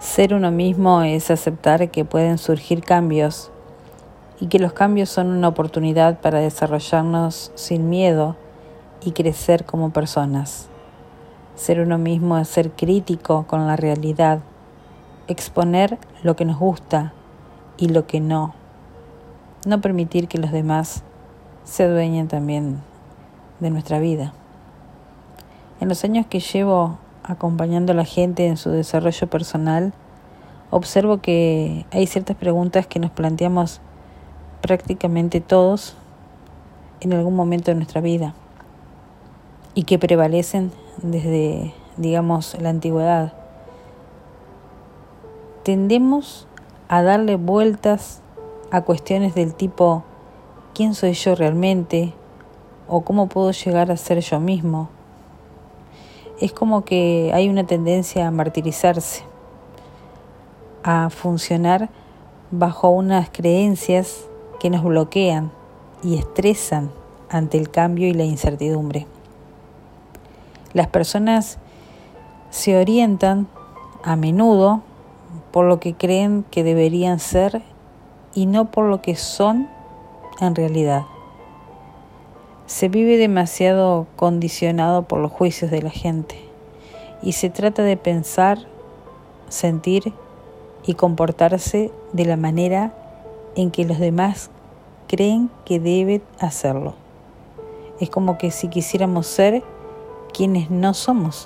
Ser uno mismo es aceptar que pueden surgir cambios y que los cambios son una oportunidad para desarrollarnos sin miedo y crecer como personas. Ser uno mismo es ser crítico con la realidad, exponer lo que nos gusta y lo que no. No permitir que los demás se adueñen también de nuestra vida. En los años que llevo acompañando a la gente en su desarrollo personal, observo que hay ciertas preguntas que nos planteamos prácticamente todos en algún momento de nuestra vida y que prevalecen desde, la antigüedad. Tendemos a darle vueltas a cuestiones del tipo ¿quién soy yo realmente? ¿O cómo puedo llegar a ser yo mismo? Es como que hay una tendencia a martirizarse, a funcionar bajo unas creencias que nos bloquean y estresan ante el cambio y la incertidumbre. Las personas se orientan a menudo por lo que creen que deberían ser y no por lo que son en realidad. Se vive demasiado condicionado por los juicios de la gente y se trata de pensar, sentir y comportarse de la manera en que los demás creen que deben hacerlo. Es como que si quisiéramos ser quienes no somos.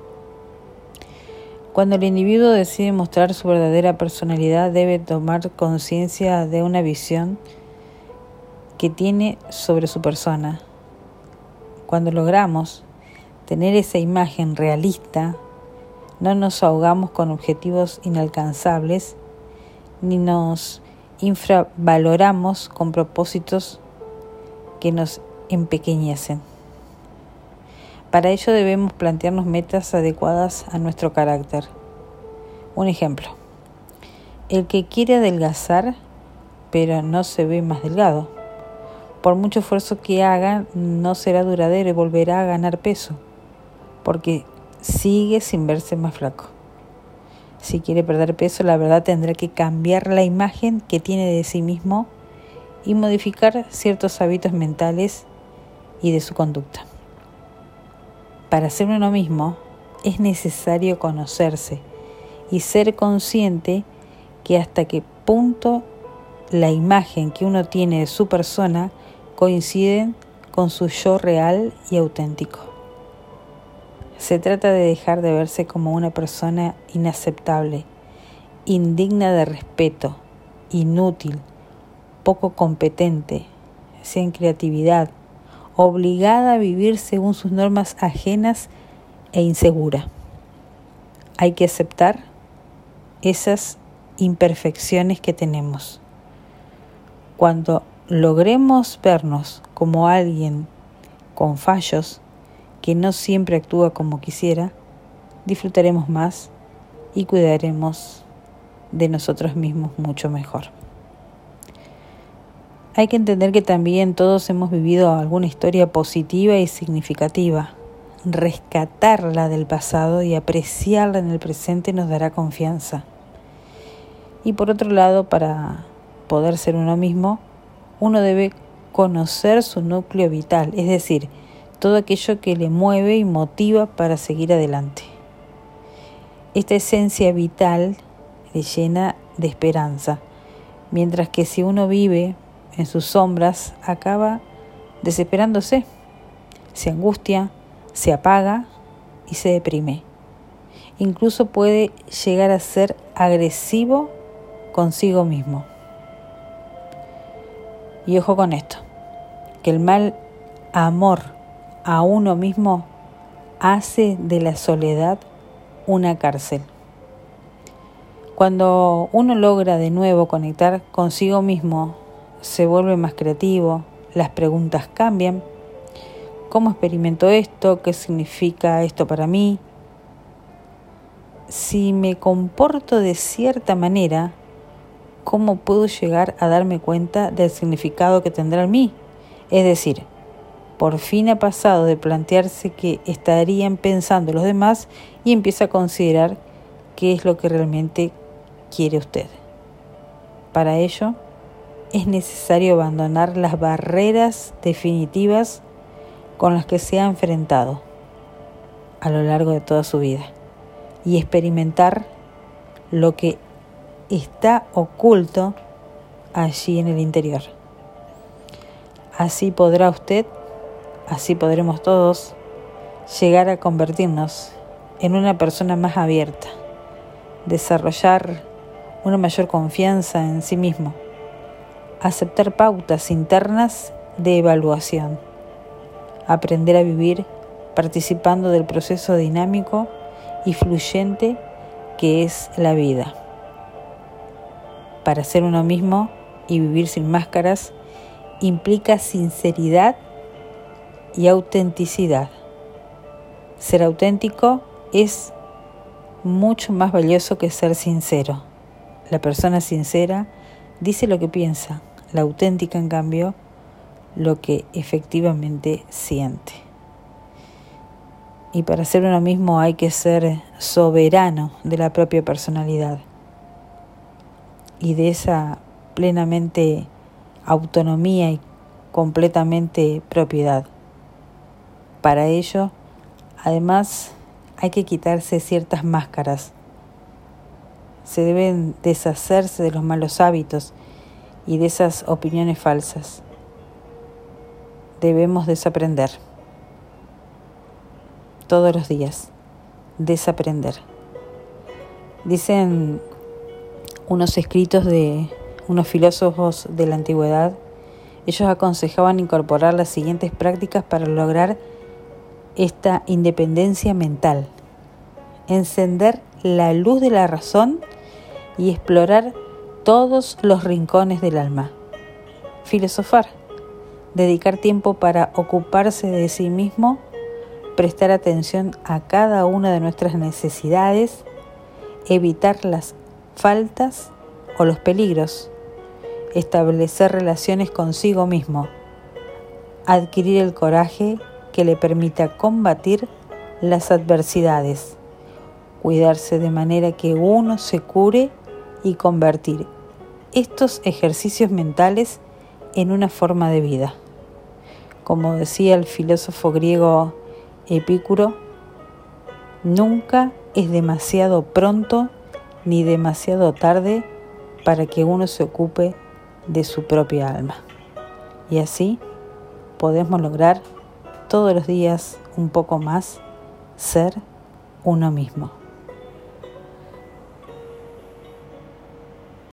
Cuando el individuo decide mostrar su verdadera personalidad, debe tomar conciencia de una visión que tiene sobre su persona. Cuando logramos tener esa imagen realista, no nos ahogamos con objetivos inalcanzables, ni nos infravaloramos con propósitos que nos empequeñecen. Para ello debemos plantearnos metas adecuadas a nuestro carácter. Un ejemplo, el que quiere adelgazar, pero no se ve más delgado. Por mucho esfuerzo que haga, no será duradero y volverá a ganar peso, porque sigue sin verse más flaco. Si quiere perder peso, la verdad tendrá que cambiar la imagen que tiene de sí mismo y modificar ciertos hábitos mentales y de su conducta. Para ser uno mismo es necesario conocerse y ser consciente que hasta qué punto la imagen que uno tiene de su persona coinciden con su yo real y auténtico. Se trata de dejar de verse como una persona inaceptable, indigna de respeto, inútil, poco competente, sin creatividad, obligada a vivir según sus normas ajenas e insegura. Hay que aceptar esas imperfecciones que tenemos. Cuando logremos vernos como alguien con fallos, que no siempre actúa como quisiera, disfrutaremos más y cuidaremos de nosotros mismos mucho mejor. Hay que entender que también todos hemos vivido alguna historia positiva y significativa. Rescatarla del pasado y apreciarla en el presente nos dará confianza. Y por otro lado, para poder ser uno mismo, uno debe conocer su núcleo vital, es decir, todo aquello que le mueve y motiva para seguir adelante. Esta esencia vital le llena de esperanza, mientras que si uno vive en sus sombras, acaba desesperándose, se angustia, se apaga y se deprime. Incluso puede llegar a ser agresivo consigo mismo. Y ojo con esto, que el mal amor a uno mismo hace de la soledad una cárcel. Cuando uno logra de nuevo conectar consigo mismo, se vuelve más creativo, las preguntas cambian. ¿Cómo experimento esto? ¿Qué significa esto para mí? Si me comporto de cierta manera, ¿cómo puedo llegar a darme cuenta del significado que tendrá en mí? Es decir, por fin ha pasado de plantearse qué estarían pensando los demás y empieza a considerar qué es lo que realmente quiere usted. Para ello, es necesario abandonar las barreras definitivas con las que se ha enfrentado a lo largo de toda su vida y experimentar lo que está oculto allí en el interior. Así podrá usted, así podremos todos, llegar a convertirnos en una persona más abierta, desarrollar una mayor confianza en sí mismo, aceptar pautas internas de evaluación, aprender a vivir participando del proceso dinámico y fluyente que es la vida. Para ser uno mismo y vivir sin máscaras implica sinceridad y autenticidad. Ser auténtico es mucho más valioso que ser sincero. La persona sincera dice lo que piensa, la auténtica, en cambio, lo que efectivamente siente. Y para ser uno mismo hay que ser soberano de la propia personalidad y de esa plenamente autonomía y completamente propiedad. Para ello, además, hay que quitarse ciertas máscaras. Se deben deshacerse de los malos hábitos y de esas opiniones falsas. Debemos desaprender. Todos los días, desaprender. Dicen unos escritos de unos filósofos de la antigüedad, ellos aconsejaban incorporar las siguientes prácticas para lograr esta independencia mental: encender la luz de la razón y explorar todos los rincones del alma. Filosofar, dedicar tiempo para ocuparse de sí mismo, prestar atención a cada una de nuestras necesidades, evitar las faltas o los peligros, establecer relaciones consigo mismo, adquirir el coraje que le permita combatir las adversidades, cuidarse de manera que uno se cure y convertir estos ejercicios mentales en una forma de vida. Como decía el filósofo griego Epicuro, nunca es demasiado pronto ni demasiado tarde para que uno se ocupe de su propia alma. Y así podemos lograr todos los días un poco más ser uno mismo.